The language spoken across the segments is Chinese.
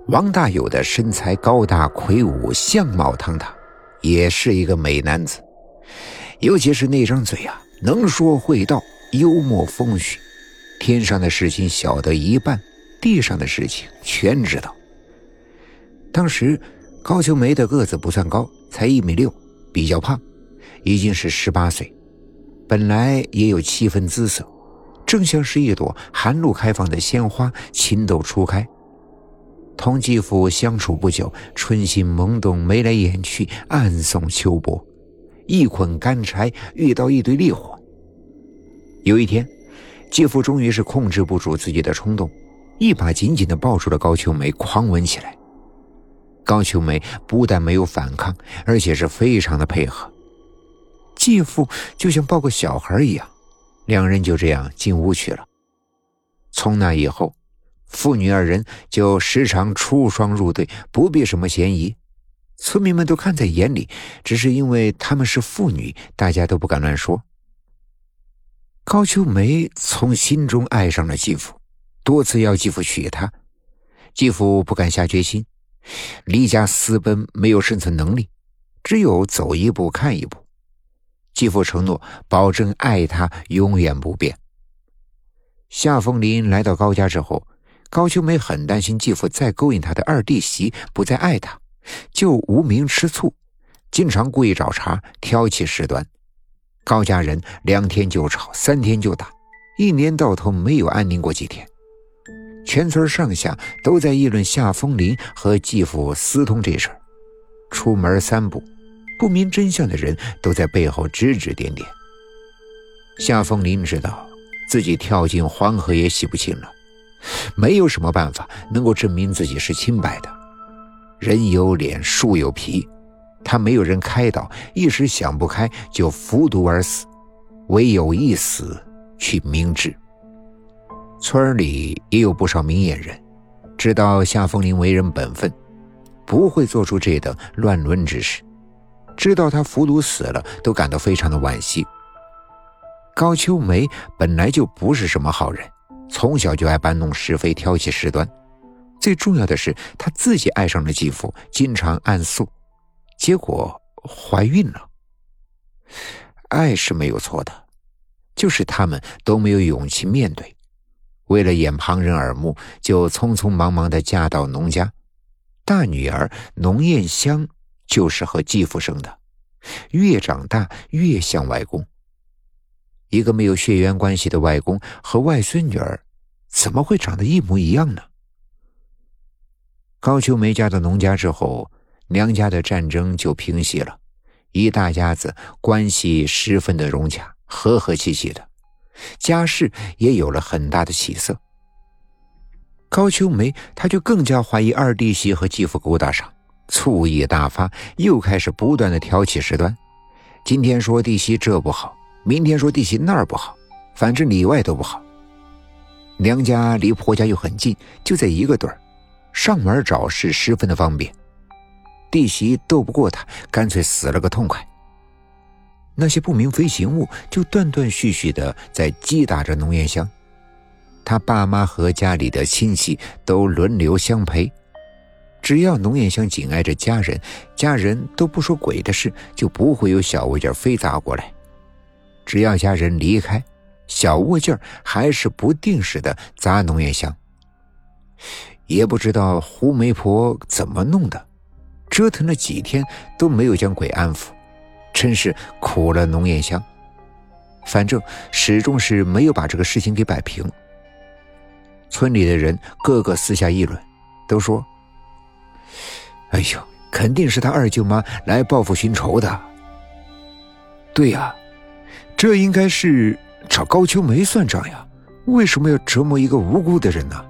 王大有的身材高大魁梧，相貌堂堂，也是一个美男子。尤其是那张嘴啊，能说会道，幽默风趣，天上的事情晓得一半，地上的事情全知道。当时高秋梅的个子不算高，才1.6米，比较胖，已经是18岁，本来也有7分姿色，正像是一朵含露开放的鲜花，情窦初开。同继父相处不久，春心萌动，眉来眼去，暗送秋波，一捆干柴遇到一堆烈火。有一天，继父终于是控制不住自己的冲动，一把紧紧地抱住了高秋梅，狂吻起来。高秋梅不但没有反抗，而且是非常的配合。继父就像抱个小孩一样，两人就这样进屋去了。从那以后，父女二人就时常出双入对，不必什么嫌疑，村民们都看在眼里，只是因为他们是父女，大家都不敢乱说。高秋梅从心中爱上了继父，多次要继父娶她，继父不敢下决心，离家私奔，没有生存能力，只有走一步看一步。继父承诺保证爱她永远不变。夏风林来到高家之后，高秋梅很担心继父再勾引她的二弟媳不再爱她，就无名吃醋，经常故意找茬，挑起事端。高家人2天就吵，3天就打，一年到头没有安宁过几天。全村上下都在议论夏风林和继父私通这事儿，出门3步，不明真相的人都在背后指指点点。夏风林知道自己跳进黄河也洗不清了，没有什么办法能够证明自己是清白的。人有脸，树有皮，他没有人开导，一时想不开就服毒而死，唯有一死去明志。村里也有不少明眼人，知道夏风林为人本分，不会做出这等乱伦之事，知道他服毒死了，都感到非常的惋惜。高秋梅本来就不是什么好人，从小就爱搬弄是非，挑起事端，最重要的是她自己爱上了继父，经常暗宿，结果怀孕了。爱是没有错的，就是他们都没有勇气面对，为了掩旁人耳目，就匆匆忙忙地嫁到农家。大女儿农艳香就是和继父生的，越长大越像外公。一个没有血缘关系的外公和外孙女儿怎么会长得一模一样呢？高秋梅嫁到农家之后，娘家的战争就平息了，一大家子关系十分的融洽，和和气气的，家世也有了很大的起色。高秋梅她就更加怀疑二弟媳和继父勾搭上，醋意大发，又开始不断的挑起事端。今天说弟媳这不好，明天说弟媳那儿不好，反正里外都不好。娘家离婆家又很近，就在一个堆儿，上门找事十分的方便。弟媳斗不过他，干脆死了个痛快。那些不明飞行物就断断续续的在击打着农艳香，他爸妈和家里的亲戚都轮流相陪，只要农艳香紧挨着家人，家人都不说鬼的事，就不会有小物件飞砸过来。只要家人离开，小物件还是不定时的砸农艳香。也不知道胡媒婆怎么弄的，折腾了几天都没有将鬼安抚，真是苦了农艳香。反正始终是没有把这个事情给摆平。村里的人个个私下议论，都说哎呦，肯定是他二舅妈来报复寻仇的。对呀，这应该是找高秋梅算账呀，为什么要折磨一个无辜的人呢？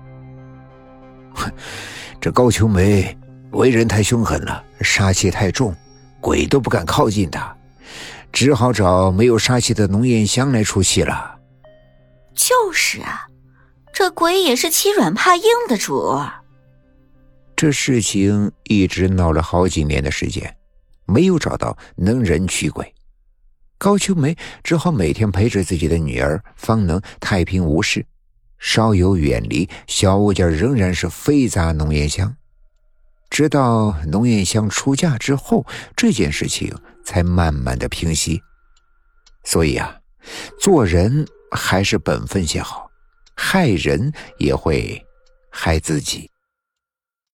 这高秋梅为人太凶狠了，杀气太重，鬼都不敢靠近她，只好找没有杀气的农艳香来出气了。 就是啊，这鬼也是欺软怕硬的主儿。 这事情一直闹了好几年的时间，没有找到能人驱鬼。高秋梅只好每天陪着自己的女儿，方能太平无事。稍有远离，小物件仍然是飞砸农艳香， 直到农艳香出嫁之后，这件事情才慢慢的平息。所以啊，做人还是本分些好，害人也会害自己。